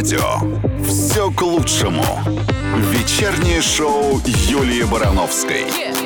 радио. Все к лучшему. Вечернее шоу Юлии Барановской.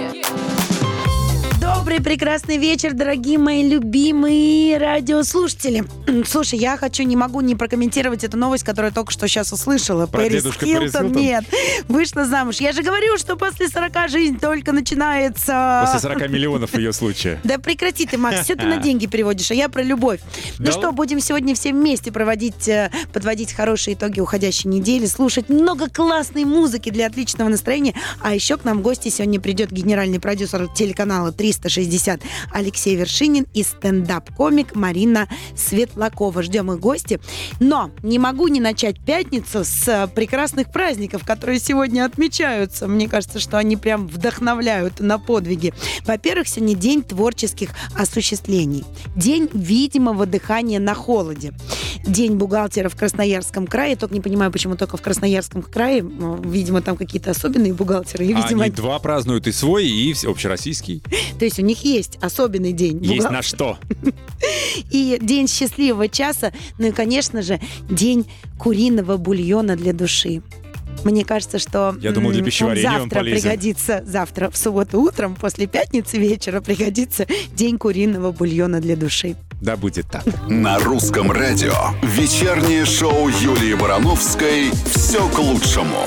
Добрый, прекрасный вечер, дорогие мои любимые радиослушатели. Слушай, я не могу не прокомментировать эту новость, которую я только что сейчас услышала. Пэрис Хилтон, нет, вышла замуж. Я же говорю, что после 40 жизнь только начинается. После 40 миллионов в ее случае. Да прекрати ты, Макс, все ты на деньги переводишь, а я про любовь. Ну что, будем сегодня все вместе подводить хорошие итоги уходящей недели, слушать много классной музыки для отличного настроения. А еще к нам в гости сегодня придет генеральный продюсер телеканала 360 Алексей Вершинин и стендап-комик Марина Светлакова. Ждем их в гости. Но не могу не начать пятницу с прекрасных праздников, которые сегодня отмечаются. Мне кажется, что они прям вдохновляют на подвиги. Во-первых, сегодня день творческих осуществлений. День видимого дыхания на холоде. День бухгалтера в Красноярском крае. Я только не понимаю, почему только в Красноярском крае. Видимо, там какие-то особенные бухгалтеры. И, видимо, они два празднуют, и свой, и общероссийский. То есть у них есть особенный день. Есть на что. И день счастливого часа. Ну и, конечно же, день куриного бульона для души. Мне кажется, что я думал, для пищеварения завтра пригодится, завтра в субботу утром, после пятницы вечера пригодится день куриного бульона для души. Да будет так. На русском радио вечернее шоу Юлии Барановской «Все к лучшему».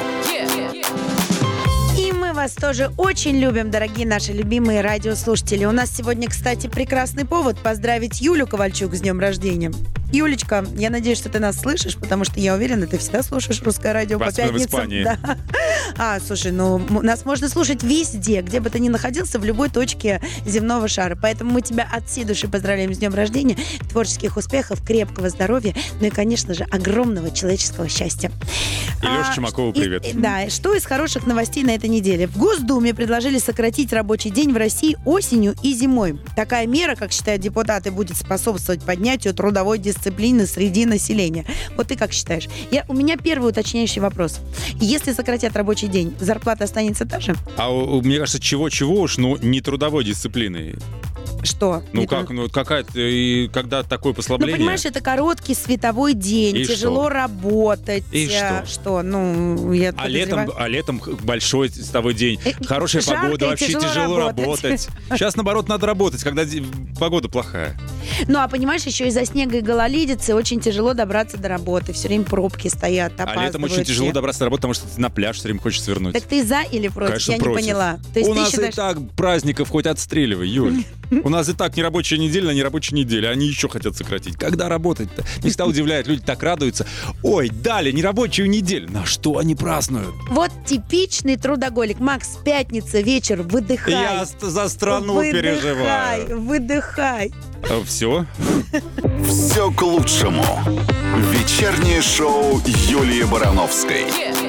Вас тоже очень любим, дорогие наши любимые радиослушатели. У нас сегодня, кстати, прекрасный повод поздравить Юлю Ковальчук с днем рождения. Юлечка, я надеюсь, что ты нас слышишь, потому что я уверена, ты всегда слушаешь русское радио по пятницам. В Испании. Да. Слушай, нас можно слушать везде, где бы ты ни находился, в любой точке земного шара. Поэтому мы тебя от всей души поздравляем с днем рождения, творческих успехов, крепкого здоровья, ну и, конечно же, огромного человеческого счастья. И Лёше Чумакову привет. Да, что из хороших новостей на этой неделе? В Госдуме предложили сократить рабочий день в России осенью и зимой. Такая мера, как считают депутаты, будет способствовать поднятию трудовой дисциплины среди населения. Вот ты как считаешь? У меня первый уточняющий вопрос. Если сократят рабочий день, зарплата останется та же? Мне кажется, чего уж, не трудовой дисциплины. Что? Какая-то, и когда такое послабление... Ну, понимаешь, это короткий световой день, и тяжело что? Работать. И что? Я летом большой световой день, хорошая погода, вообще тяжело работать. Сейчас, наоборот, надо работать, когда погода плохая. Ну, а понимаешь, еще из-за снега и гололедицы очень тяжело добраться до работы. Все время пробки стоят, опаздывают. А летом очень тяжело добраться до работы, потому что ты на пляж все время хочешь свернуть. Так ты за или против? Конечно, я против. Не поняла. То есть у нас и так праздников хоть отстреливай, Юль. У нас и так нерабочая неделя, нерабочая неделя. Они еще хотят сократить. Когда работать-то? Меня всегда удивляет, люди так радуются. Ой, дали нерабочую неделю. На что они празднуют? Вот типичный трудоголик. Макс, пятница, вечер, выдыхай. Я за страну переживаю. Выдыхай. Все? Все к лучшему. Вечернее шоу Юлии Барановской.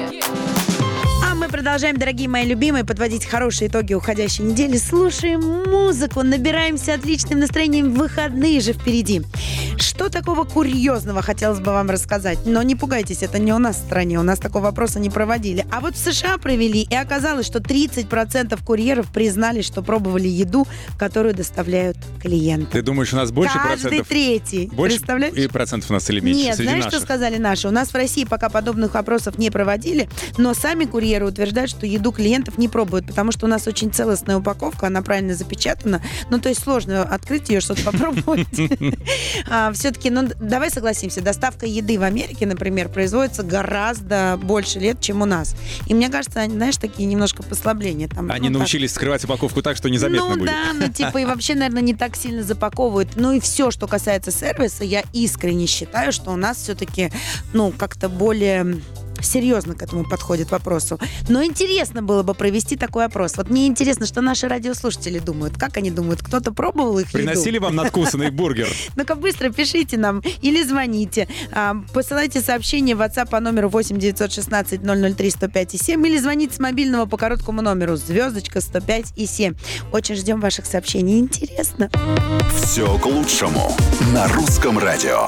Мы продолжаем, дорогие мои любимые, подводить хорошие итоги уходящей недели. Слушаем музыку, набираемся отличным настроением. Выходные же впереди. Что такого курьезного хотелось бы вам рассказать? Но не пугайтесь, это не у нас в стране. У нас такого вопроса не проводили. А вот в США провели, и оказалось, что 30% курьеров признали, что пробовали еду, которую доставляют клиенты. Ты думаешь, у нас больше процентов? Каждый третий. Больше представляешь? Процентов у нас или меньше? Нет, среди знаешь, наших? что сказали наши? У нас в России пока подобных опросов не проводили, но сами курьеры утверждают, что еду клиентов не пробуют, потому что у нас очень целостная упаковка, она правильно запечатана. То есть сложно открыть ее, что-то попробовать. Все-таки, давай согласимся, доставка еды в Америке, например, производится гораздо больше лет, чем у нас. И мне кажется, они, знаешь, такие немножко послабления. Они научились скрывать упаковку так, что незаметно будет. И вообще, наверное, не так сильно запаковывают. И все, что касается сервиса, я искренне считаю, что у нас все-таки, как-то более серьезно к этому подходит вопросу. Но интересно было бы провести такой опрос. Вот мне интересно, что наши радиослушатели думают. Как они думают? Кто-то пробовал их еду? Приносили вам надкусанный бургер? Ну-ка быстро пишите нам или звоните. Посылайте сообщение в WhatsApp по номеру 8 916 003 105 7 или звоните с мобильного по короткому номеру звездочка 105 и 7. Очень ждем ваших сообщений. Интересно. Все к лучшему на русском радио.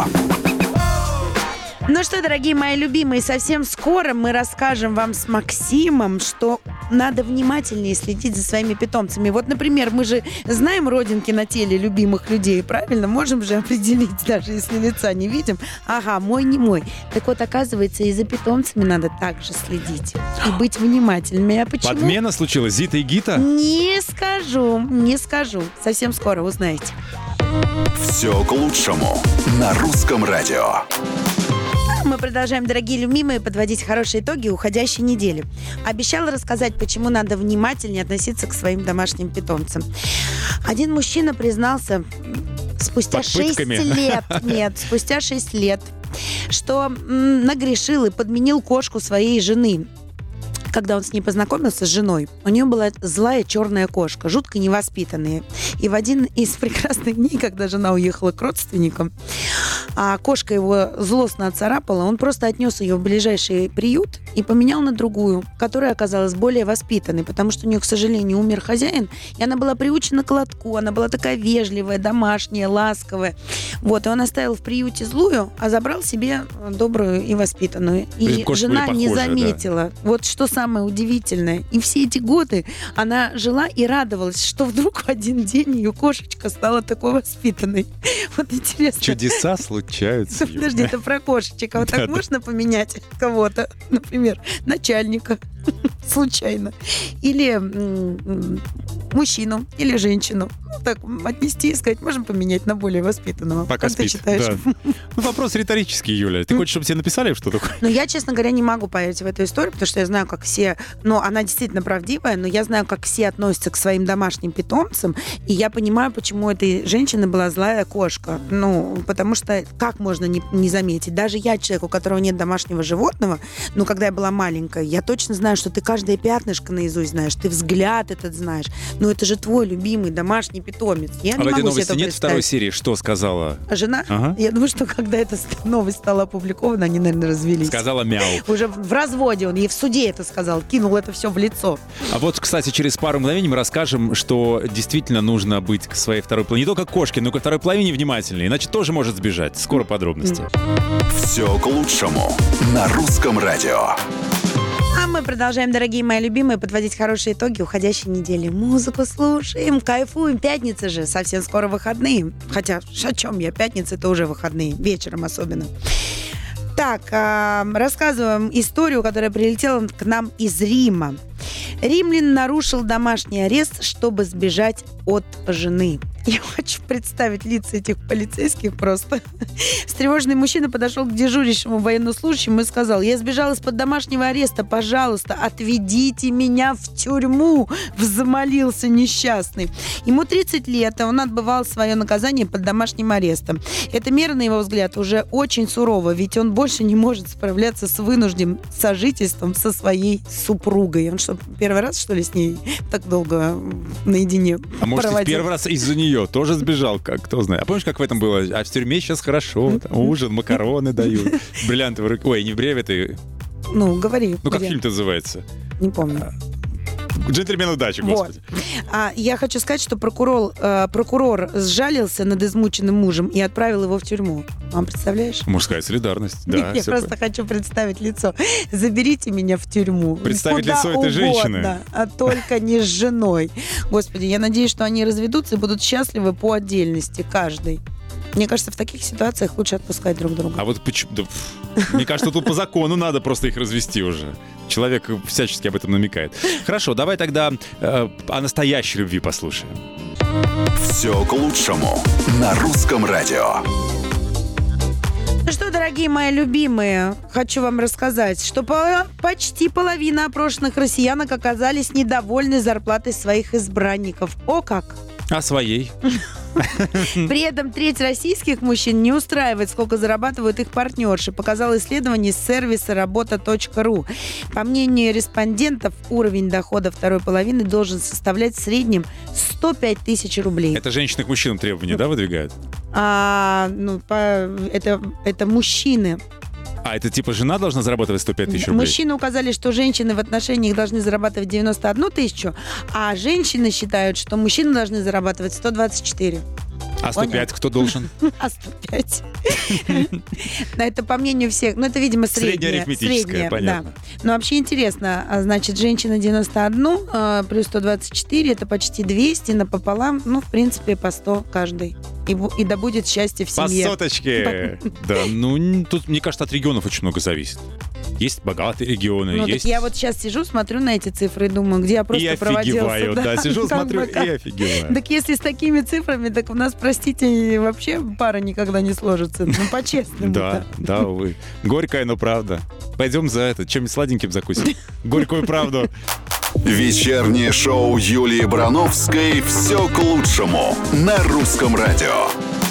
Ну что, дорогие мои любимые, совсем скоро мы расскажем вам с Максимом, что надо внимательнее следить за своими питомцами. Вот, например, мы же знаем родинки на теле любимых людей, правильно? Можем же определить, даже если лица не видим. Ага, мой, не мой. Так вот, оказывается, и за питомцами надо также следить и быть внимательными. А почему? Подмена случилась, Зита и Гита? Не скажу. Совсем скоро узнаете. Все к лучшему на русском радио. Мы продолжаем, дорогие любимые, подводить хорошие итоги уходящей недели. Обещала рассказать, почему надо внимательнее относиться к своим домашним питомцам. Один мужчина признался спустя 6 лет, что нагрешил и подменил кошку своей жены. Когда он с ней познакомился, с женой, у нее была злая черная кошка, жутко невоспитанная. И в один из прекрасных дней, когда жена уехала к родственникам, а кошка его злостно отцарапала, он просто отнес ее в ближайший приют и поменял на другую, которая оказалась более воспитанной, потому что у нее, к сожалению, умер хозяин, и она была приучена к лотку, она была такая вежливая, домашняя, ласковая. Вот, и он оставил в приюте злую, а забрал себе добрую и воспитанную. И жена не заметила. Да. Вот что самое удивительное. И все эти годы она жила и радовалась, что вдруг в один день ее кошечка стала такой воспитанной. Вот интересно. Чудеса случаются. Подожди, это про кошечек. А вот так можно поменять кого-то? Например, начальника. Случайно. Или мужчину, или женщину. Так отнести и сказать, можем поменять на более воспитанного. Пока как спит. ты считаешь? Да. Ну, вопрос риторический, Юля. Ты хочешь, чтобы тебе написали, что такое? Ну, я, честно говоря, не могу поверить в эту историю, потому что я знаю, как все... Ну, она действительно правдивая, но я знаю, как все относятся к своим домашним питомцам, и я понимаю, почему у этой женщины была злая кошка. Ну, потому что как можно не заметить? Даже я, человек, у которого нет домашнего животного, ну, когда я была маленькая, я точно знаю, что ты каждое пятнышко наизусть знаешь, ты взгляд этот знаешь. Но это же твой любимый домашний питомец. Я не в этой могу новости себе это нет представить. второй серии? Что сказала? Жена? Ага. Я думаю, что когда эта новость стала опубликована, они, наверное, развелись. Сказала мяу. Уже в разводе он ей в суде это сказал, кинул это все в лицо. А вот, кстати, через пару мгновений мы расскажем, что действительно нужно быть к своей второй половине. Не только к кошке, но и ко второй половине внимательнее, иначе тоже может сбежать. Скоро подробности. Все к лучшему на русском радио. А мы продолжаем, дорогие мои любимые, подводить хорошие итоги уходящей недели. Музыку слушаем, кайфуем. Пятница же, совсем скоро выходные. Хотя, о чем я? Пятница — это уже выходные, вечером особенно. Так, рассказываем историю, которая прилетела к нам из Рима. Римлян нарушил домашний арест, чтобы сбежать от жены. Я хочу представить лица этих полицейских просто. Встревоженный мужчина подошел к дежурящему военнослужащему и сказал: «Я сбежал из-под домашнего ареста, пожалуйста, отведите меня в тюрьму», взмолился несчастный. Ему 30 лет, а он отбывал свое наказание под домашним арестом. Эта мера, на его взгляд, уже очень сурова, ведь он больше не может справляться с вынужденным сожительством со своей супругой. Он что, первый раз, что ли, с ней так долго наедине А может, проводил? первый раз из-за нее тоже сбежал, как, кто знает. А помнишь, как в этом было? А в тюрьме сейчас хорошо, там ужин, макароны дают, бриллиантовые руки. Ой, не в бреве, Ну, говори. ну как где? фильм-то называется? Не помню. «Джентльмен удачи», господи. Вот. Я хочу сказать, что прокурор сжалился над измученным мужем и отправил его в тюрьму. Вам представляешь? Мужская солидарность, да. Я просто хочу представить лицо. Заберите меня в тюрьму. Представить Куда лицо этой угодно, женщины. а только не с женой. Господи, я надеюсь, что они разведутся и будут счастливы по отдельности, каждый. Мне кажется, в таких ситуациях лучше отпускать друг друга. А вот почему? Да, мне кажется, тут по закону надо просто их развести уже. Человек всячески об этом намекает. Хорошо, давай тогда о настоящей любви послушаем. Все к лучшему на русском радио. Ну что, дорогие мои любимые, хочу вам рассказать, что почти половина опрошенных россиянок оказались недовольны зарплатой своих избранников. О как! А своей? При этом треть российских мужчин не устраивает, сколько зарабатывают их партнерши, показало исследование сервиса работа.ру. По мнению респондентов, уровень дохода второй половины должен составлять в среднем 105 тысяч рублей. Это женщины к мужчинам требования, да, выдвигают? Это мужчины. А это типа жена должна зарабатывать 105 тысяч рублей? Мужчины указали, что женщины в отношениях должны зарабатывать 91 тысячу, а женщины считают, что мужчины должны зарабатывать 124. А 105 кто должен? А 105. Это по мнению всех. Ну, это, видимо, среднее. Среднеарифметическое, понятно. Но вообще интересно. Значит, женщина 91 плюс 124, это почти 200 напополам. Ну, в принципе, по 100 каждый. И да будет счастье в семье. По соточке. Да, ну, тут, мне кажется, от регионов очень много зависит. Есть богатые регионы, ну, есть... Так я вот сейчас сижу, смотрю на эти цифры и думаю, где я просто проводила. И офигеваю, да, сижу, смотрю и офигеваю. Так если с такими цифрами, так у нас, простите, вообще пара никогда не сложится. Ну, по-честному. Да, увы. Горькая, но правда. Пойдем за это, чем-нибудь сладеньким закусим. Горькую правду. Вечернее шоу Юлии Барановской «Все к лучшему» на Русском радио.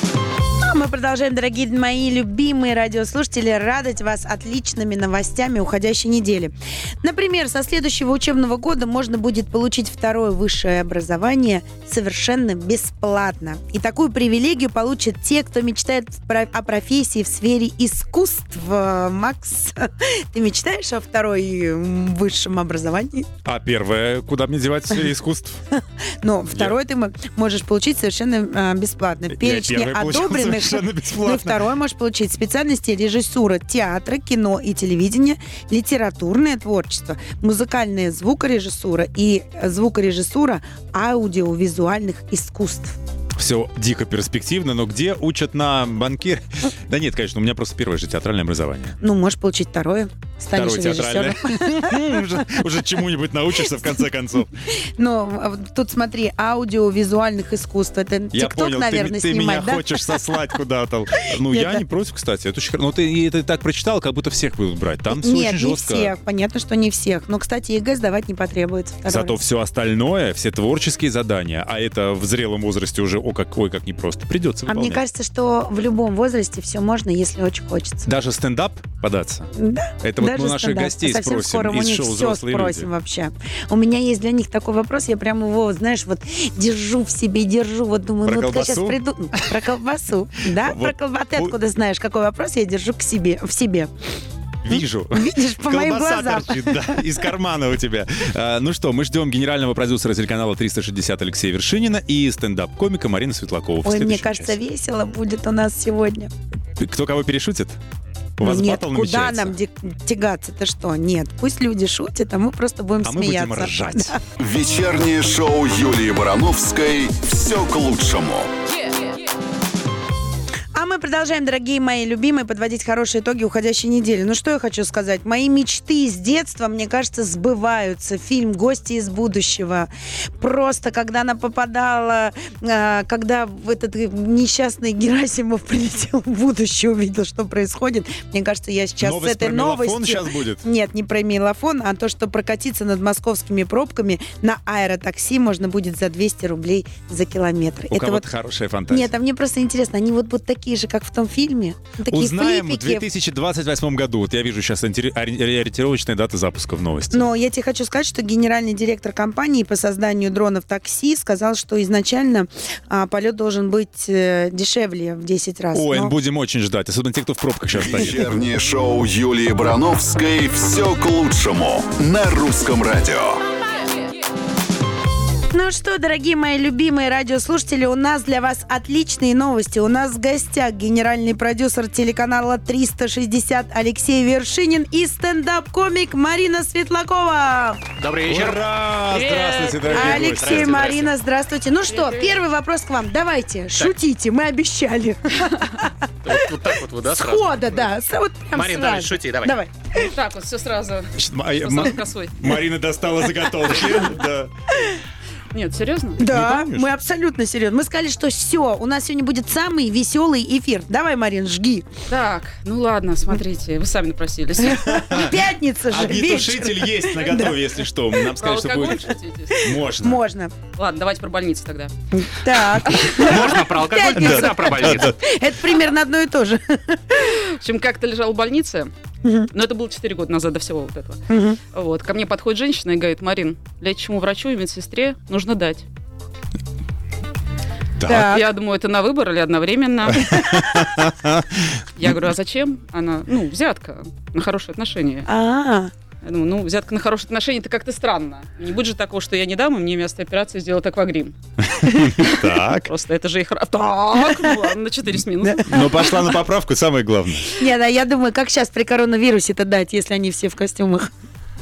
Мы продолжаем, дорогие мои любимые радиослушатели, радовать вас отличными новостями уходящей недели. Например, со следующего учебного года можно будет получить второе высшее образование совершенно бесплатно. И такую привилегию получат те, кто мечтает о профессии в сфере искусств. Макс, ты мечтаешь о второй высшем образовании? А первое, куда мне девать в сфере искусств? Ну, второе ты можешь получить совершенно бесплатно. Перечни одобренных. Ну и второе можешь получить специальности режиссура театра, кино и телевидения, литературное творчество, музыкальная звукорежиссура и звукорежиссура аудиовизуальных искусств. Все дико перспективно, но где учат на банкир? Да нет, конечно, у меня просто первое же театральное образование. Ну, можешь получить второе. Станешь режиссером. Уже чему-нибудь научишься, в конце концов. Ну, тут смотри, аудиовизуальных искусств. Это ТикТок, наверное, снимать, да? Ты меня хочешь сослать куда-то. Ну, я не против, кстати. Это очень хорошо. Но ты так прочитал, как будто всех будут брать. Там все очень жестко. Нет, не всех. Понятно, что не всех. Но, кстати, ЕГЭ сдавать не потребуется. Зато все остальное, все творческие задания, а это в зрелом возрасте уже, как непросто, придется выполнять. А мне кажется, что в любом возрасте все можно, если очень хочется. Даже стендап податься? Да. Это вот мы наших гостей спросим скоро из у них шоу все «Взрослые спросим люди». Вообще. У меня есть для них такой вопрос, я прямо его, знаешь, вот держу в себе, вот думаю, про ну колбасу? сейчас приду... Про колбасу, да? Про колбасу. Ты откуда знаешь, какой вопрос я держу в себе? Вижу. Видишь, по моим Колбаса глазам. торчит, да, из кармана у тебя. Ну что, мы ждем генерального продюсера телеканала 360 Алексея Вершинина и стендап-комика Марины Светлакову. Ой, мне кажется, весело будет у нас сегодня. Кто кого перешутит? У вас Нет, баттл куда намечается? нам тягаться-то что? Нет, пусть люди шутят, а мы просто будем смеяться. Мы будем ржать. Да. Вечернее шоу Юлии Барановской «Все к лучшему». А мы продолжаем, дорогие мои любимые, подводить хорошие итоги уходящей недели. Ну, что я хочу сказать? Мои мечты с детства, мне кажется, сбываются. Фильм «Гости из будущего». Просто, когда она попадала, когда этот несчастный Герасимов прилетел в будущее, увидел, что происходит. Мне кажется, я сейчас Новость с этой про мелофон новостью... сейчас будет? Нет, не про мелофон, а то, что прокатиться над московскими пробками на аэротакси можно будет за 200 рублей за километр. У кого-то хорошая фантазия. Нет, а мне просто интересно, они вот будут такие же, как в том фильме? Такие Узнаем флипики. в 2028 году. Вот я вижу сейчас ориентировочные даты запуска в новости. Но я тебе хочу сказать, что генеральный директор компании по созданию дронов такси сказал, что изначально полет должен быть дешевле в 10 раз. Ой, будем очень ждать, особенно те, кто в пробках сейчас стоит. Вечернее шоу Юлии Барановской «Все к лучшему» на Русском радио. Ну что, дорогие мои любимые радиослушатели, у нас для вас отличные новости. У нас в гостях генеральный продюсер телеканала 360 Алексей Вершинин и стендап-комик Марина Светлакова. Добрый вечер. Ура! Здравствуйте, дорогие Алексей, гости. Здрасте. Марина, здравствуйте. Ну что, первый вопрос к вам. Давайте, шутите, мы обещали. Вот так вот, да, сразу? Схода, да. Вот прям Марин, сразу. давай, шути, давай. Давай. Так вот, все сразу. Значит, Сразу косой. Марина достала заготовки. Да. Нет, серьезно? Да, конечно. мы абсолютно серьезно. Мы сказали, что все, у нас сегодня будет самый веселый эфир. Давай, Марин, жги. Так, ну ладно, смотрите, вы сами напросились. Пятница же, вечер. Огнетушитель есть на готове, если что. Нам Про сказали, что алкоголь будет. шутите? Можно. Можно. Ладно, давайте про больницу тогда. Так, Можно про алкоголь, Пятница. тогда про больницу. это примерно одно и то же. В общем, как-то лежал в больнице, но это было 4 года назад до всего вот этого. Вот, ко мне подходит женщина и говорит: Марин, лечащему врачу и медсестре нужно дать. Так. Я думаю, это на выбор или одновременно. Я говорю, а зачем? Она, взятка на хорошие отношения. Я думаю, ну, взятка на хорошие отношения, это как-то странно. Не будет же такого, что я не дам, и мне вместо операции сделают аквагрим. Так. Просто это же их... Так, ну ладно, на 4 с минусом. Но пошла на поправку, самое главное. Не, да, я думаю, как сейчас при коронавирусе-то дать, если они все в костюмах?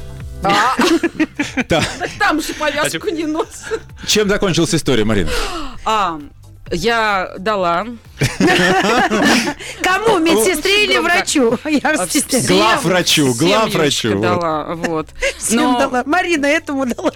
Так, Там же повязку не носят. чем закончилась история, Марина? Я дала. Кому? Медсестре или громко. врачу? Я стесняюсь. Главврачу, Всем, главврачу, Юлечка, вот. дала, вот. Всем дала. Марина этому дала.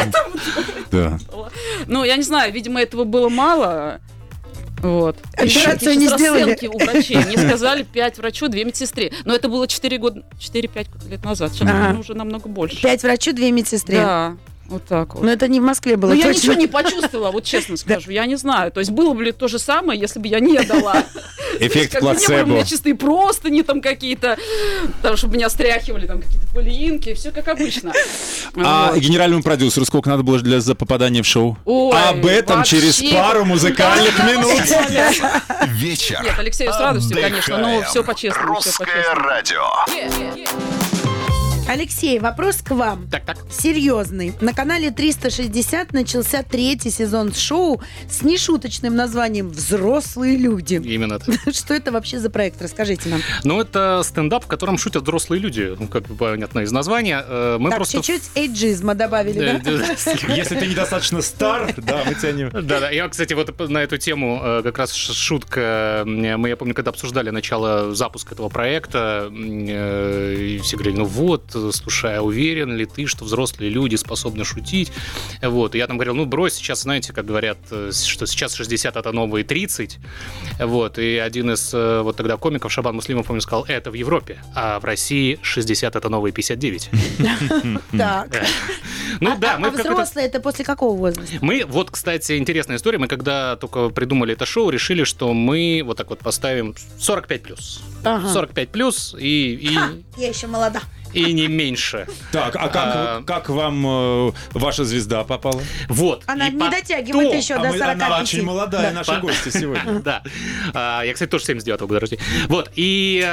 Да. Ну, я не знаю, видимо, этого было мало. Вот. Операцию не Сейчас сделали. расценки у врачей. Мне сказали 5 врачу, 2 медсестре. Но это было 4-5 лет назад. Сейчас Ага. уже намного больше. 5 врачу, 2 медсестре. Да, вот так вот. Но это не в Москве было. Ну, я точно. ничего не почувствовала, вот честно скажу, я не знаю. То есть было бы ли то же самое, если бы я не дала? Эффект Как бы не было у плацебо. меня чистые простыни там какие-то, там, чтобы меня стряхивали, там какие-то пылинки, все как обычно. А Вот. генеральному продюсеру сколько надо было за попадание в шоу? Ой, Об этом вообще. через пару музыкальных минут. Вечер. Нет, Алексею с радостью, конечно, но все по-честному, все Русское по-честному. радио. Алексей, вопрос к вам. Так. Серьезный. На канале 360 начался 3-й сезон шоу с нешуточным названием «Взрослые люди». Именно так. Что это вообще за проект? Расскажите нам. Ну, это стендап, в котором шутят взрослые люди. Ну, как бы понятно из названия. Мы Так, просто... чуть-чуть эйджизма добавили, да? Если ты недостаточно стар, да, мы тебя не... Да. Я, кстати, вот на эту тему как раз шутка. Мы, я помню, когда обсуждали начало запуска этого проекта, и все говорили, ну вот, слушай, а уверен ли ты, что взрослые люди способны шутить? Вот. И я там говорил, ну брось, сейчас, знаете, как говорят, что сейчас 60 это новые 30. Вот. И один из вот тогда комиков, Шабан Муслимов, помню, сказал, это в Европе, а в России 60 это новые 59. Так. Ну да, А мы в какой-то... взрослые это после какого возраста? Мы, вот, кстати, интересная история. Мы когда только придумали это шоу, решили, что мы вот так вот поставим 45+. Ага. 45+, и Я еще молода. не меньше. Так, а как вам ваша звезда попала? Вот. Она И не потом- дотягивает еще до 45. Она очень молодая, наша гостья сегодня. Да. Я, кстати, тоже 79-го года рождения. Вот. И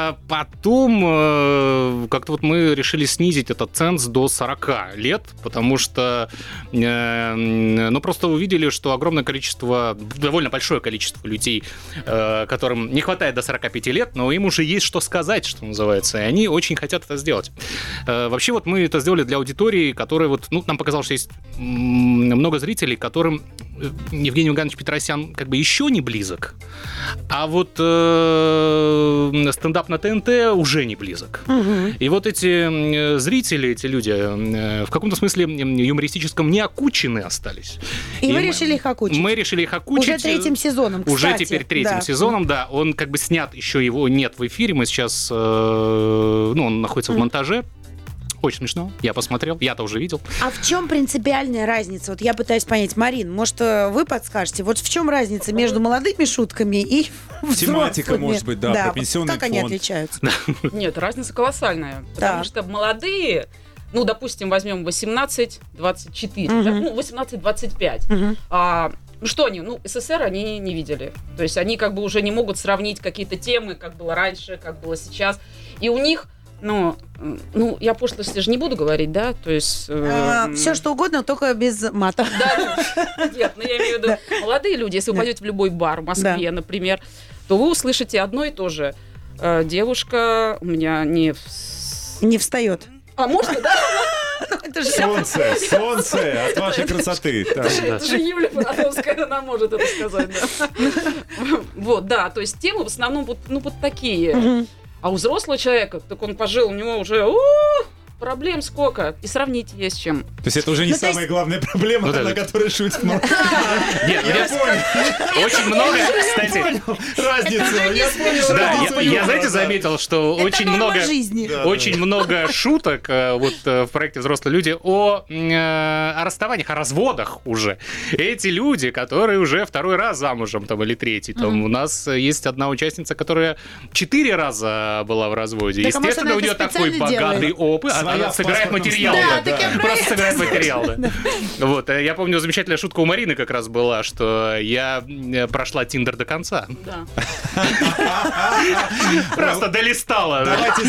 потом как-то вот мы решили снизить этот ценз до 40 лет, потому что ну, просто увидели, что огромное количество, довольно большое количество людей, которым не хватает до 45 лет, но им уже есть что сказать, что называется, и они очень хотят это сделать. Вообще вот мы это сделали для аудитории, которая вот, ну, нам показалось, что есть много зрителей, которым Евгений Иванович Петросян как бы еще не близок, а вот стендап на ТНТ уже не близок. И вот эти зрители, эти люди в каком-то смысле юмористическом не окучены остались. И вы мы- решили их окучить? Мы решили их окучить. Уже 3-м сезоном, кстати. Уже теперь 3-м сезоном, да. Он как бы снят, еще его нет в эфире. Мы сейчас, ну, он находится в монтаже. Очень смешно. Я посмотрел, я-то уже видел. А в чем принципиальная разница? Вот я пытаюсь понять. Марин, может, вы подскажете? Вот в чем разница между молодыми шутками и Тематика, взрослыми? может быть, да, про пенсионный как они фонд. отличаются? Нет, разница колоссальная. Потому Так. что молодые, ну, допустим, возьмем 18-24, Мгм. да, ну, 18-25. Мгм. Ну что они, ну, СССР они не видели. То есть они как бы уже не могут сравнить какие-то темы, как было раньше, как было сейчас. И у них, ну, я пошлости же не буду говорить, да, то есть... Все что угодно, только без мата. Да, нет, ну я имею в виду, молодые люди, если вы пойдете в любой бар в Москве, например, то вы услышите одно и то же. Девушка у меня не... Не встает. А можно, да? Это же Солнце от вашей красоты. Так. Это же Юлия Барановская, она может это сказать, да. Вот, да, то есть темы в основном вот, ну, вот такие. Мгм. А у взрослого человека, так он пожил, у него уже проблем сколько. И сравнить есть с чем. То есть это уже не Ну, то есть- самая главная проблема, Ну да, на да. которой шутит. Нет, очень много, кстати. Разницу. Я понял Да, разницу. я, знаете, заметил, что Это очень норма много... жизни. Да. Очень много шуток вот в проекте «Взрослые люди» о расставаниях, о разводах уже. Эти люди, которые уже второй раз замужем, там, или третий. Там, у нас есть одна участница, которая 4 раза была в разводе. Так, а может, Естественно, она у нее это такой специально богатый делает? опыт. Она она собирает материал. Просто собирает материал, да. Вот, я помню, замечательная шутка у Марины как раз была, что я прошла Тиндер до конца. Да. Просто долистала.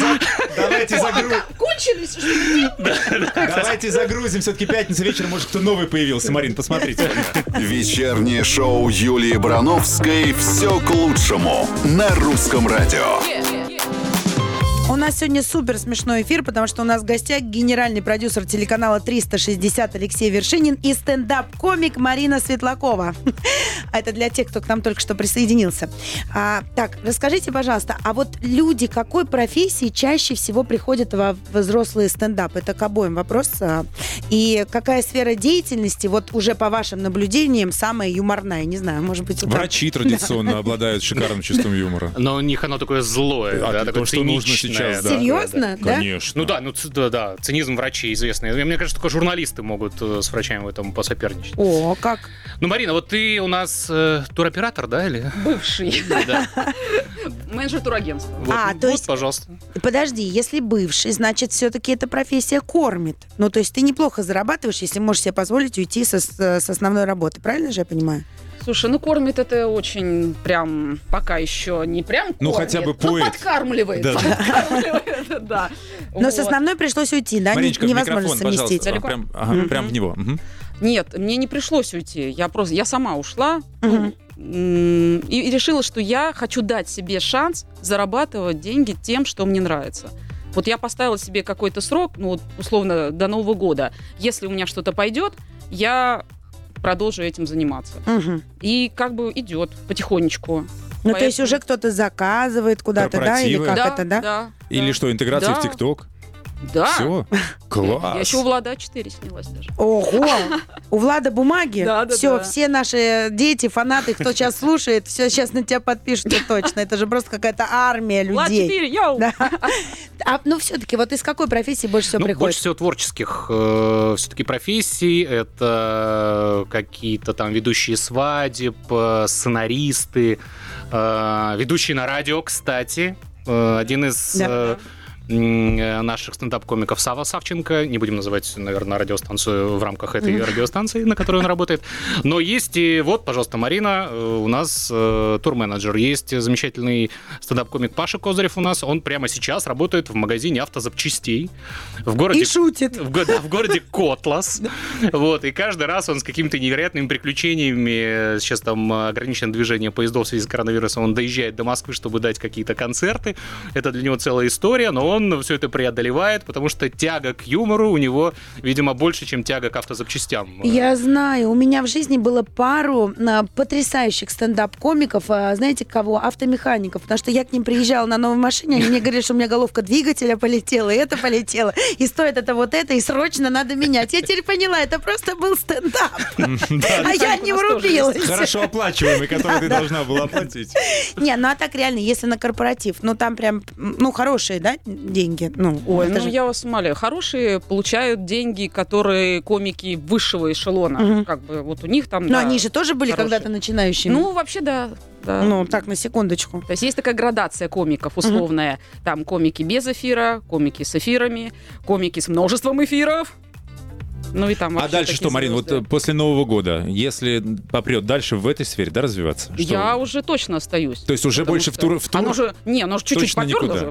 Кончились? Давайте загрузим. Все-таки пятница вечером, может, кто новый появился. Марин, посмотрите. Вечернее шоу Юлии Барановской «Все к лучшему» на Русском радио. У нас сегодня супер смешной эфир, потому что у нас в гостях генеральный продюсер телеканала 360 Алексей Вершинин и стендап-комик Марина Светлакова. Это для тех, кто к нам только что присоединился. Так, расскажите, пожалуйста, а вот люди какой профессии чаще всего приходят во взрослый стендап? Это к обоим вопрос. И какая сфера деятельности, вот уже по вашим наблюдениям, самая юморная? Не знаю, может быть... Врачи традиционно обладают шикарным чувством юмора. Но у них оно такое злое, такое что нужно сейчас. Серьезно? Да? Конечно. Да, цинизм врачей известный. Мне кажется, только журналисты могут с врачами в этом посоперничать. О, как? Ну, Марина, вот ты у нас туроператор, да, или? Бывший. Да. Менеджер турагентства. То есть, пожалуйста. Подожди, если бывший, значит, все-таки эта профессия кормит. Ну, то есть ты неплохо зарабатываешь, если можешь себе позволить уйти с основной работы. Правильно же я понимаю? Слушай, кормит это очень прям, пока еще не прям кормит. Ну, хотя бы поет. Подкармливает. Да. Подкармливает, да. Но с основной пришлось уйти, да? Мариночка, Невозможно микрофон, совместить. пожалуйста. Прям в него. Нет, мне не пришлось уйти. Я сама ушла и решила, что я хочу дать себе шанс зарабатывать деньги тем, что мне нравится. Вот я поставила себе какой-то срок, условно, до Нового года. Если у меня что-то пойдет, я продолжу этим заниматься. И как бы идет потихонечку. Ну, то есть уже кто-то заказывает куда-то, да? Или как это, да? Да. Или что, интеграция в ТикТок? Да. Все? Класс. Я еще у Влада 4 снялась даже. Ого! У Влада бумаги? Да. Все, все наши дети, фанаты, кто сейчас слушает, все сейчас на тебя подпишут, точно. Это же просто какая-то армия Влад людей. 4, йоу! Да. Ну, все-таки, вот из какой профессии больше всего приходит? Больше всего творческих все-таки профессий. Это какие-то там ведущие свадеб, сценаристы, ведущие на радио, кстати. Один из... наших стендап-комиков Сава Савченко. Не будем называть, наверное, радиостанцию в рамках этой радиостанции, на которой он работает. Но есть и вот, пожалуйста, Марина, у нас турменеджер. Есть замечательный стендап-комик Паша Козырев у нас. Он прямо сейчас работает в магазине автозапчастей. В городе, и шутит. В городе Котлас. Вот, и каждый раз он с какими-то невероятными приключениями. Сейчас там ограничено движение поездов в связи с коронавирусом. Он доезжает до Москвы, чтобы дать какие-то концерты. Это для него целая история, но он все это преодолевает, потому что тяга к юмору у него, видимо, больше, чем тяга к автозапчастям. Я знаю, у меня в жизни было пару потрясающих стендап-комиков, знаете кого? Автомехаников, потому что я к ним приезжала на новой машине, они мне говорили, что у меня головка двигателя полетела, и это полетело, и стоит это вот это, и срочно надо менять. Я теперь поняла, это просто был стендап, а я не врубилась. Хорошо оплачиваемый, который ты должна была оплатить. Не, ну а так реально, если на корпоратив, ну там прям, хорошие, да, деньги. Я вас умоляю, хорошие получают деньги, которые комики высшего эшелона. Как бы вот у них там. Но они же тоже были когда-то начинающими. Ну, вообще, да. Так, на секундочку. То есть есть такая градация комиков условная. Там комики без эфира, комики с эфирами, комики с множеством эфиров. Ну, и там а дальше что, Марин, вот после Нового года, если попрет дальше в этой сфере, да, развиваться? Что? Я уже точно остаюсь. То есть уже больше в тур? Оно же чуть-чуть поперло.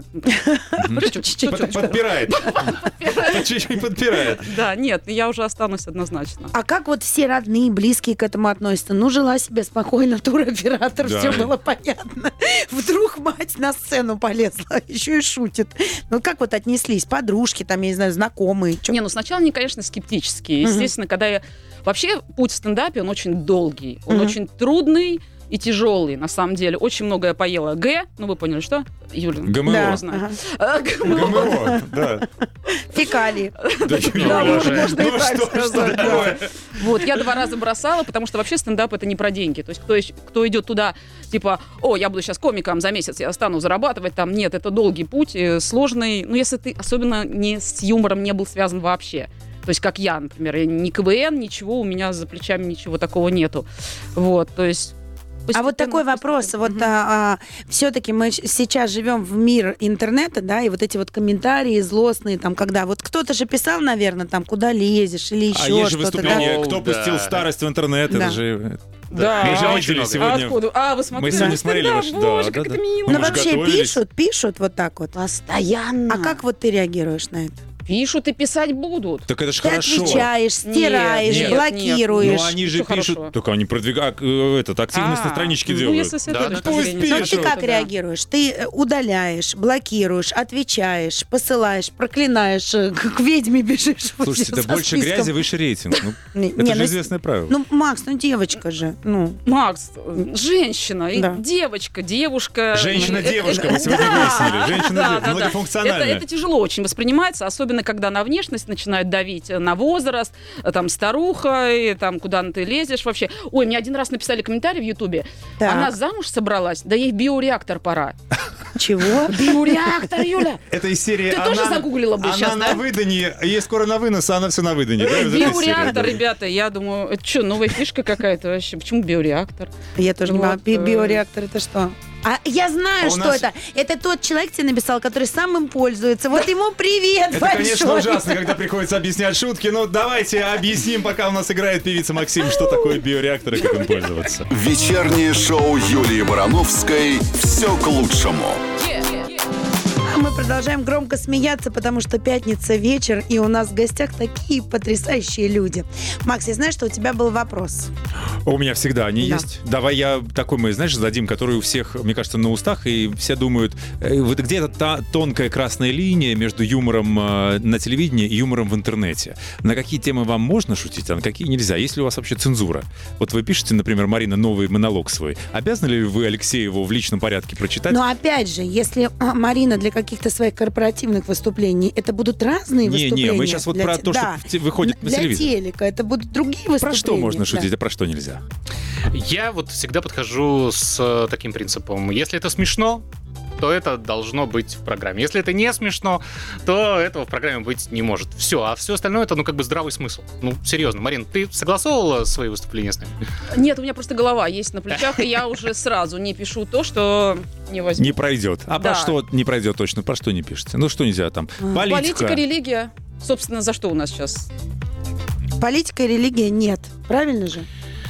Подпирает. Чуть-чуть подпирает. Да, нет, я уже останусь однозначно. А как вот все родные, близкие к этому относятся? Ну, жила себе спокойно туроператор, все было понятно. Вдруг мать на сцену полезла, еще и шутит. Ну, как вот отнеслись? Подружки, там, я не знаю, знакомые? Сначала они, конечно, скептически. Естественно, когда я... Вообще, путь в стендапе, он очень долгий, он очень трудный и тяжелый, на самом деле. Очень много я поела вы поняли, что? Юля, ГМО. ГМО, да. Фекалии. Да, можно и так сказать. Вот, я 2 раза бросала, потому что вообще стендап — это не про деньги. То есть кто идет туда, типа, я буду сейчас комиком за месяц, я стану зарабатывать, там, нет, это долгий путь, сложный. Если ты особенно не с юмором не был связан вообще. То есть, как я, например, ни КВН, ничего, у меня за плечами ничего такого нету. Вот, то есть... А вот такой вопрос. Вот все-таки мы сейчас живем в мир интернета, да, и вот эти вот комментарии злостные, там, когда вот кто-то же писал, наверное, там, куда лезешь или еще А есть же что-то. выступление, да? кто пустил старость в интернет, Да. это же... Да. Мы же очень видели много. сегодня. Откуда? Вы смотрели? Мы сегодня смотрели ваш... Боже, да, как да. это мило. Ну, Мы же вообще готовились. пишут вот так вот. Постоянно. А как вот ты реагируешь на это? Пишут и писать будут. Так это же Ты хорошо. отвечаешь, стираешь, нет, блокируешь. Ну, они же Всё пишут, хорошо. только они продвигают, активность на страничке ну, делают. если с этой Да, да, точки пусть зрения, пишут. Ну, ты Пишут, как реагируешь? Ты удаляешь, блокируешь, отвечаешь, посылаешь, проклинаешь, к ведьме бежишь. вот Слушайте, со да больше списком. грязи, выше рейтинг. Ну, Не, это не, же ну, известное правило. Ну, Макс, ну девочка же, ну. Макс, женщина, и Да. девочка, девушка. Женщина-девушка, мы сегодня выяснили. Женщина-девушка, многофункциональная. Это тяжело очень воспринимается, особенно когда на внешность начинают давить, на возраст, там, старуха, и там, куда ты лезешь вообще. Ой, мне один раз написали комментарий в Ютубе. Так. Она замуж собралась, да ей в биореактор пора. Чего? Биореактор, Юля! Это из серии Ты тоже загуглила бы она сейчас, на да? выданье, ей скоро на вынос, а она все на выданье. Да, из этой Биореактор, серии. ребята, я думаю, это что, новая фишка какая-то вообще? Почему биореактор? Я тоже не Вот, понимаю. Биореактор это что? А я знаю, А у что нас- это. Это тот человек тебе написал, который сам им пользуется. Вот ему привет Это, большой. конечно, ужасно, когда приходится объяснять шутки, но давайте объясним, пока у нас играет певица Максим, что такое биореактор и как им пользоваться. Вечернее шоу Юлии Барановской «Все к лучшему». Мы продолжаем громко смеяться, потому что пятница вечер, и у нас в гостях такие потрясающие люди. Макс, я знаю, что у тебя был вопрос. У меня всегда они Да. есть. Давай я такой, мы, знаешь, зададим, который у всех, мне кажется, на устах, и все думают, вот где эта та тонкая красная линия между юмором на телевидении и юмором в интернете? На какие темы вам можно шутить, а на какие нельзя? Есть ли у вас вообще цензура? Вот вы пишете, например, Марина, новый монолог свой. Обязаны ли вы Алексееву в личном порядке прочитать? Но опять же, если Марина для каких-то своих корпоративных выступлений, это будут разные выступления. Не, мы сейчас вот для про те- то, да. что выходит на Для телевизор. телека это будут другие выступления. Про что можно Да. шутить, а про что нельзя? Я вот всегда подхожу с таким принципом. Если это смешно, то это должно быть в программе. Если это не смешно, то этого в программе быть не может. Все, а все остальное это, ну, как бы здравый смысл. Ну, серьезно, Марин, ты согласовывала свои выступления с нами? Нет, у меня просто голова есть на плечах, и я уже сразу не пишу то, что не возьму. Не пройдет. А Да. про что не пройдет точно? Про что не пишете? Ну, что нельзя там? Политика, религия. Собственно, за что у нас сейчас? Политика и религия нет. Правильно же?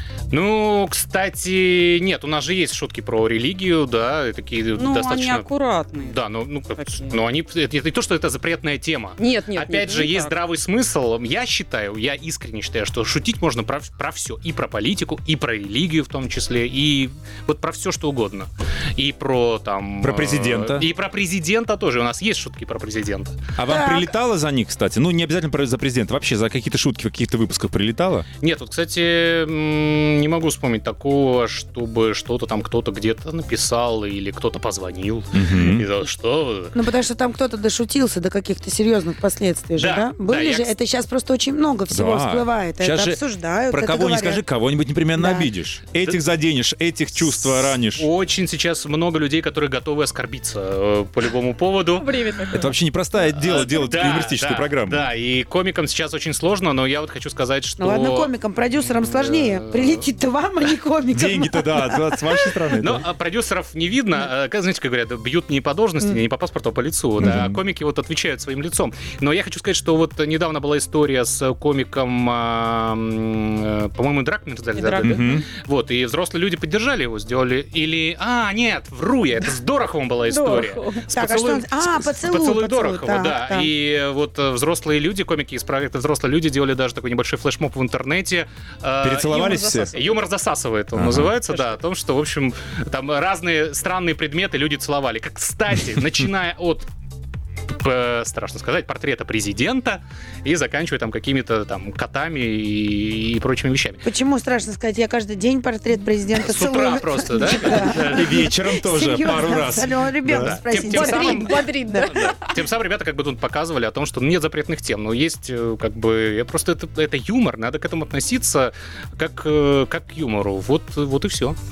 Ну, кстати, нет, у нас же есть шутки про религию, да, и такие Ну, они достаточно... аккуратные. Да, но они... Это не то, что это запретная тема. Нет, нет, Опять нет, же, не есть так. здравый смысл. Я искренне считаю, что шутить можно про все. И про политику, и про религию в том числе, и вот про все, что угодно. И про там... Про президента. И про президента тоже. У нас есть шутки про президента. А вам Так. прилетало за них, кстати? Ну, не обязательно за президента. Вообще за какие-то шутки в каких-то выпусках прилетало? Нет, вот, кстати, не могу вспомнить такого, чтобы что-то там кто-то где-то написал или кто-то позвонил. Мгм. И сказал, что... Ну, потому что там кто-то дошутился до каких-то серьезных последствий же, Да, да? да, Были я, же, кс- это сейчас просто очень много всего Да. всплывает. Щас Это же обсуждают, Про это кого не говорят. скажи, кого-нибудь непременно Да. обидишь. Этих заденешь, этих чувства ранишь. Очень сейчас много людей, которые готовы оскорбиться по любому поводу. Время такое. Это вообще непростое дело делать Да, юмористическую да, программу. Да, и комикам сейчас очень сложно, но я вот хочу сказать, что... Ну ладно, комикам, продюсерам сложнее. Прилетит-то вам, а не комикам. Деньги-то, да, с вашей стороны. Ну, да. а продюсеров не видно. Знаете, как говорят, бьют не по должности, не по паспорту, а по лицу. Да, а комики вот отвечают своим лицом. Но я хочу сказать, что вот недавно была история с комиком, по-моему, Дракмерзаль. Мгм. Вот, и взрослые люди поддержали его, сделали... Или... нет, вру я, это с Дороховым была история. Дорохов. С Так, а что он- поцелуй, Дорохова, так, да. так. И вот взрослые люди, комики из проекта «Взрослые люди» делали даже такой небольшой флешмоб в интернете. Перецеловались юмор все? «Юмор засасывает» он Ага. называется, да, о том, что, в общем, там разные странные предметы люди целовали. Как, кстати, начиная от страшно сказать, портрета президента и заканчивая там какими-то там котами и прочими вещами. Почему страшно сказать? Я каждый день портрет президента С утра целую. просто, да? И вечером тоже Серьезно, пару раз. абсолютно. Ребенка Да. спросить. Тем самым- Бодрит, да. Да. Тем самым ребята как бы тут показывали о том, что нет запретных тем, но есть как бы просто это юмор, надо к этому относиться как к юмору. Вот и все.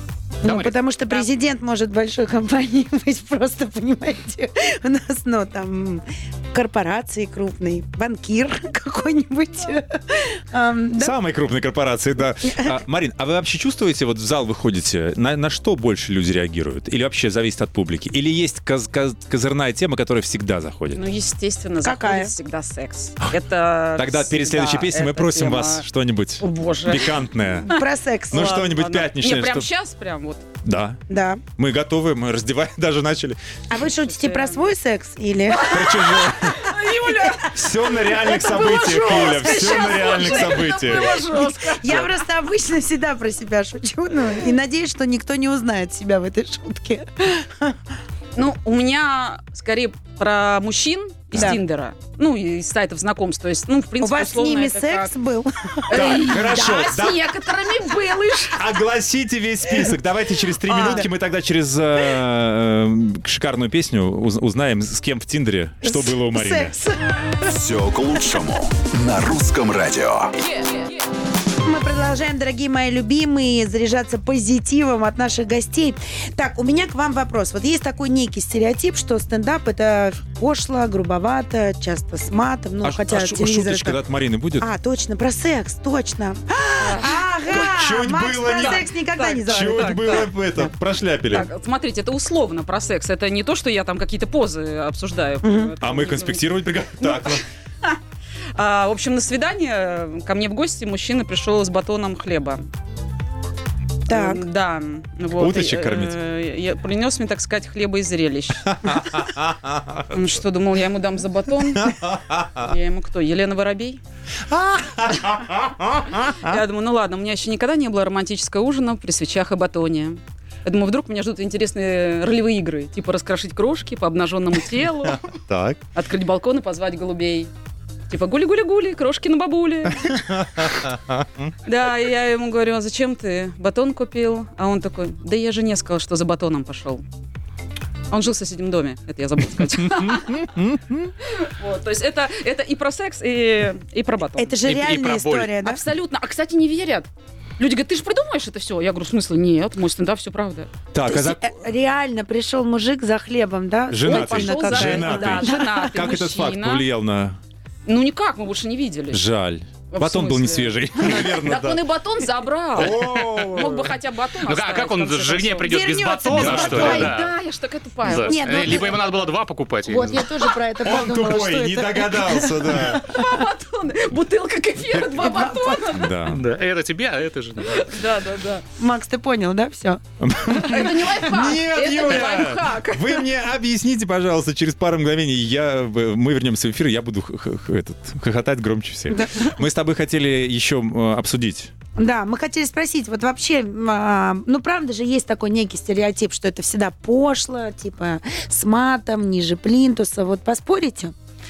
Ну, потому что президент может большой компании быть, просто, понимаете, у нас, там, корпорации крупной, банкир какой-нибудь. Самой крупной корпорации, да. Марин, а вы вообще чувствуете, вот в зал выходите, на что больше люди реагируют? Или вообще зависит от публики? Или есть козырная тема, которая всегда заходит? Ну, естественно, Какая? заходит всегда секс. Это Тогда перед следующей песней мы просим вас что-нибудь О, боже. пикантное. Про секс. Ну, что-нибудь Ладно. пятничное. Не, прям чтоб- сейчас, прям вот. Да. Да. Мы готовы, мы раздевать даже начали. А вы шутите про свой секс или... Про чужой. Все на реальных событиях, Юля, все на реальных событиях. Я просто обычно всегда про себя шучу, и надеюсь, что никто не узнает себя в этой шутке. Ну, у меня скорее про мужчин из Да. Тиндера. Ну, и из сайтов знакомств. То есть, ну, в У принципе, вас с условно ними это секс как- был? Так, хорошо. Да, да- с некоторыми был и Огласите весь список. Давайте через 3 минутки мы тогда через шикарную песню узнаем, с кем в Тиндере, что было у Марины. Секс. Все к лучшему на русском радио. Мы продолжаем, дорогие мои любимые, заряжаться позитивом от наших гостей. Так, у меня к вам вопрос. Вот есть такой некий стереотип, что стендап — это пошло, грубовато, часто с матом. Ну, хотя телевизор... шуточка это- от Марины будет? точно, про секс, точно. Ага, Чуть Макс было про не- секс никогда Так, не Чуть забудет. было прошляпили. Так, смотрите, это условно про секс. Это не то, что я там какие-то позы обсуждаю. Это А мы не- конспектировать Так, ну. В общем, на свидание ко мне в гости мужчина пришел с батоном хлеба. Так. Да. Вот. Уточек кормить? Я принес мне, так сказать, хлеба и зрелищ. Он что, думал, я ему дам за батон? Я ему кто? Елена Воробей? Я думаю, ну ладно, у меня еще никогда не было романтического ужина при свечах и батоне. Я думаю, вдруг меня ждут интересные ролевые игры, типа раскрошить крошки по обнаженному телу, Так. открыть балкон и позвать голубей. Типа гули-гули-гули, крошки на бабуле. Да, и я ему говорю, а зачем ты батон купил? А он такой, да я жене сказал, что за батоном пошел. Он жил в соседнем доме, это я забыла сказать. Вот, то есть это и про секс, и про батон. Это же И про реальная боль. история, да? Абсолютно. А, кстати, не верят. Люди говорят, ты же придумаешь это все. Я говорю, в смысле? Нет, мой стендап, все правда. Так, То есть, реально пришел мужик за хлебом, да? Женатый. Именно Пошел как- за... Женатый. Да, женатый как этот факт мужчина. повлиял на... Ну никак, мы больше не видели. Жаль. В Батон был не смысле? свежий. Наверное, Так он и батон забрал. О. Мог бы хотя бы батон Ну, а оставить, как в он конце жене концов. придет без Вернется батона, без что Ой, ли? да, я ж такая тупая. Да. Нет, ну, Либо ему надо было 2 покупать. я Вот, не я знаю. тоже про это Он подумала, что тупой, не это... догадался, да. Два батона. Бутылка кефира, 2 батона. Да. Да, это тебе, а это жена. Да. Макс, ты понял, да, все? Это не лайфхак. Нет, Это не Юля! лайфхак. Вы мне объясните, пожалуйста, через пару мгновений мы вернемся в эфир, и я буду хохотать громче всех. Да. Мы с тобой хотели еще обсудить. Да, мы хотели спросить, вот вообще, ну, правда же есть такой некий стереотип, что это всегда пошло, типа с матом, ниже плинтуса. Вот поспорите?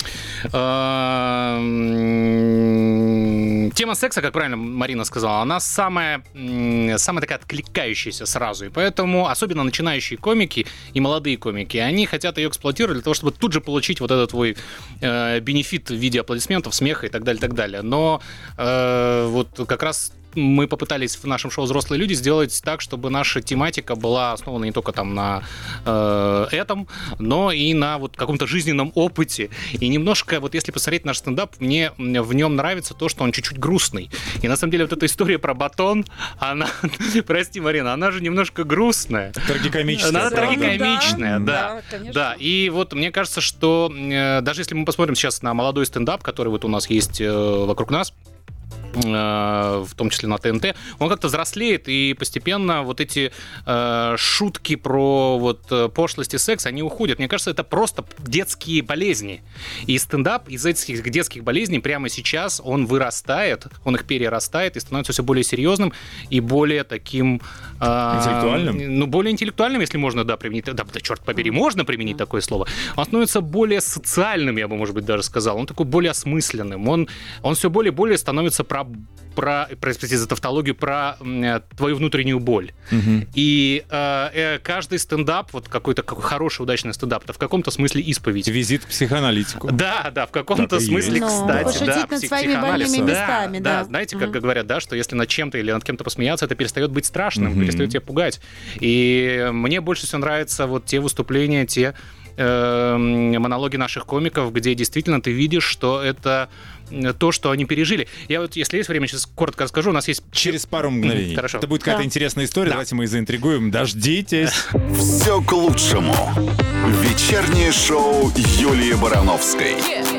Тема секса, как правильно Марина сказала, она самая такая откликающаяся сразу. И поэтому особенно начинающие комики и молодые комики, они хотят ее эксплуатировать для того, чтобы тут же получить вот этот твой бенефит в виде аплодисментов, смеха и так далее, так далее. Но вот как раз мы попытались в нашем шоу «Взрослые люди» сделать так, чтобы наша тематика была основана не только там на этом, но и на вот каком-то жизненном опыте. И немножко, вот если посмотреть наш стендап, мне в нем нравится то, что он чуть-чуть грустный. И на самом деле вот эта история про батон, она, прости, Марина, она же немножко грустная. Трагикомическая. Она трагикомичная, да. Да, конечно. Да, и вот мне кажется, что даже если мы посмотрим сейчас на молодой стендап, который вот у нас есть вокруг нас, в том числе на ТНТ, он как-то взрослеет, и постепенно вот эти шутки про вот пошлость и секс, они уходят. Мне кажется, это просто детские болезни. И стендап из этих детских болезней прямо сейчас он вырастает, он их перерастает и становится все более серьезным и более таким... Интеллектуальным? Ну, более интеллектуальным, если можно, да, применить... Да, черт побери, можно применить такое слово. Он становится более социальным, я бы, может быть, даже сказал. Он такой более осмысленным. Он все более и более становится про простите за тавтологию, про твою внутреннюю боль. И каждый стендап, вот какой-то хороший, удачный стендап, это в каком-то смысле исповедь. Визит к психоаналитику. Да, в каком-то смысле, кстати. Пошутить над своими больными местами, да. Знаете, как говорят, да, что если над чем-то или над кем-то посмеяться, это перестает быть страшным, перестает тебя пугать. И мне больше всего нравятся вот те выступления, те монологи наших комиков, где действительно ты видишь, что это то, что они пережили. Я вот, если есть время, сейчас коротко расскажу. У нас есть... Через пару мгновений. Хорошо. Это будет какая-то интересная история. Давайте мы и заинтригуем. Дождитесь. Все к лучшему. Вечернее шоу Юлии Барановской.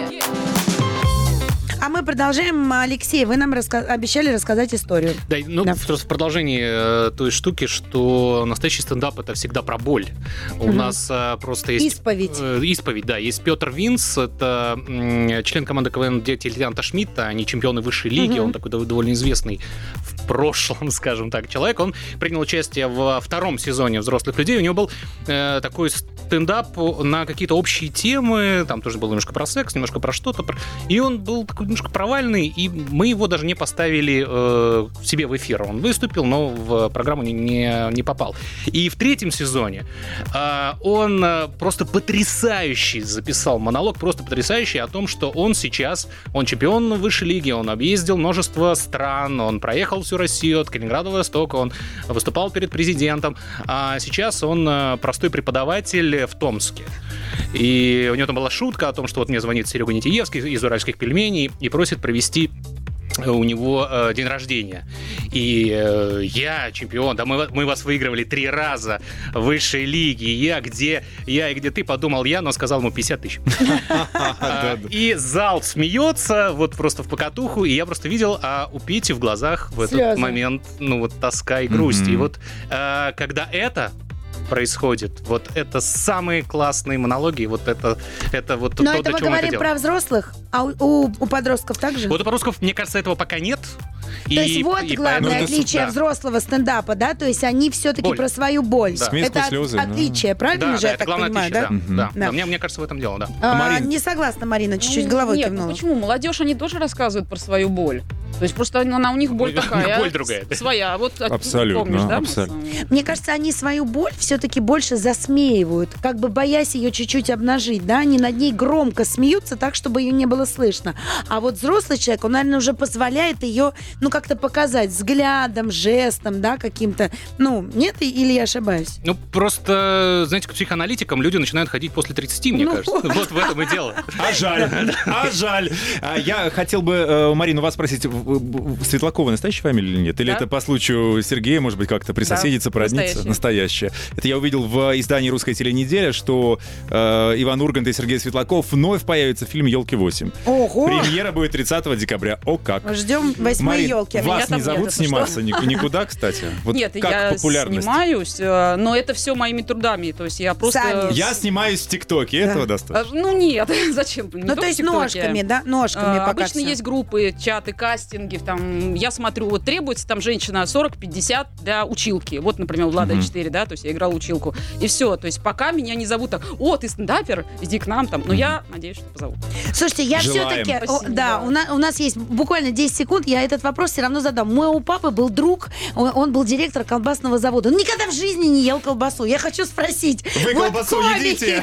А мы продолжаем. Алексей, вы нам обещали рассказать историю. Да, просто в продолжении той штуки, что настоящий стендап — это всегда про боль. У нас просто есть... Исповедь. Исповедь, да. Есть Петр Винс, это член команды КВН «Дети лейтенанта Шмидта», они чемпионы высшей лиги, он такой довольно известный в прошлом, скажем так, человек. Он принял участие во 2-м сезоне «Взрослых людей». У него был такой стендап на какие-то общие темы, там тоже было немножко про секс, немножко про что-то, и он был такой немножко провальный, и мы его даже не поставили себе в эфир. Он выступил, но в программу не попал. И в 3-м сезоне он просто потрясающий записал монолог, просто потрясающий о том, что он сейчас, он чемпион высшей лиги, он объездил множество стран, он проехал всю Россию от Калининграда до Востока, он выступал перед президентом, а сейчас он простой преподаватель в Томске. И у него там была шутка о том, что вот мне звонит Серега Нитиевский из «Уральских пельменей» и просит провести у него день рождения. И я чемпион, да мы вас выигрывали 3 раза в высшей лиге. Я и где ты, подумал я, но сказал ему 50 тысяч. И зал смеется, вот просто в покатуху, и я просто видел, у Пети в глазах в этот момент, тоска и грусть. И вот когда это происходит. Вот это самые классные монологи, вот это вот но то, это до мы чего мы это говорим делаем. про взрослых, а у подростков также? Вот у подростков, мне кажется, этого пока нет. То есть вот главное отличие взрослого стендапа, да? То есть они все-таки про свою боль. Да. Смех, это слезы, отличие, правильно же, я так понимаю, да? Да. Мне кажется, в этом дело, да. Не согласна, Марина, чуть-чуть головой кивнула. Почему? Молодежь, они тоже рассказывают про свою боль. То есть просто она у них боль такая. Боль другая. Своя. Вот абсолютно, помнишь, да? абсолютно. Мне кажется, они свою боль все-таки больше засмеивают, как бы боясь ее чуть-чуть обнажить, да? Они над ней громко смеются так, чтобы ее не было слышно. А вот взрослый человек, он, наверное, уже позволяет ее, как-то показать взглядом, жестом, да, каким-то. Нет, или я ошибаюсь? Просто, знаете, к психоаналитикам люди начинают ходить после 30, мне кажется. Вот в этом и дело. А жаль. Я хотел бы, Марина, вас спросить, Светлакова настоящая фамилия или нет? Или это по случаю Сергея, может быть, как-то присоседиться, породниться? Настоящая. Это я увидел в издании «Русская теленеделя», что Иван Ургант и Сергей Светлаков вновь появятся в фильме «Елки-8». Ого! Премьера будет 30 декабря. О как! Ждем 8-й елки. Вас не зовут сниматься никуда, кстати? Нет, я снимаюсь, но это все моими трудами. То есть я просто... Я снимаюсь в ТикТоке, этого достаточно. Нет, зачем? То есть ножками, да? Ножками пока обычно есть группы, чаты, кастинги. Там, я смотрю, вот требуется там женщина 40-50 для училки. Вот, например, Влада 4, да, то есть я играла училку. И все. То есть пока меня не зовут так: о, ты стендапер, иди к нам там. Но я надеюсь, что позовут. Слушайте, я все-таки... Да, у нас есть буквально 10 секунд, я этот вопрос все равно задам. Мой у папы был друг, он был директор колбасного завода. Он никогда в жизни не ел колбасу. Я хочу спросить. Вы колбасу едите?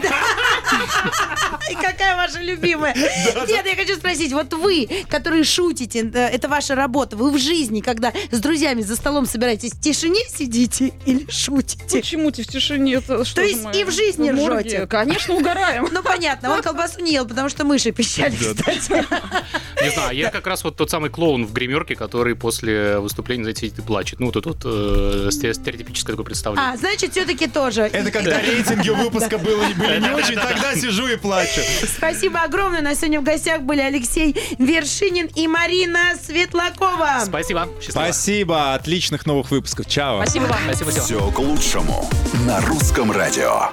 И какая ваша любимая? Нет, я хочу спросить, вот вы, которые шутите, это ваша работа, вы в жизни, когда с друзьями за столом собираетесь, в тишине сидите или шутите? Почему ты в тишине? То есть и в жизни ржете? Конечно, угораем. Понятно, он колбасу не ел, потому что мыши пищали, кстати. Не знаю, я как раз вот тот самый клоун в гримерке, который после выступления, знаете, сидит и плачет. Вот тут стереотипическое такое представление. Значит, все-таки тоже. Это когда рейтинги выпуска были не очень, тогда сижу и плачу. Спасибо огромное. У нас сегодня в гостях были Алексей Вершинин и Марина Светлакова. Спасибо. Счастливо. Спасибо. Отличных новых выпусков. Чао. Спасибо вам. Спасибо. Все к лучшему на Русском радио.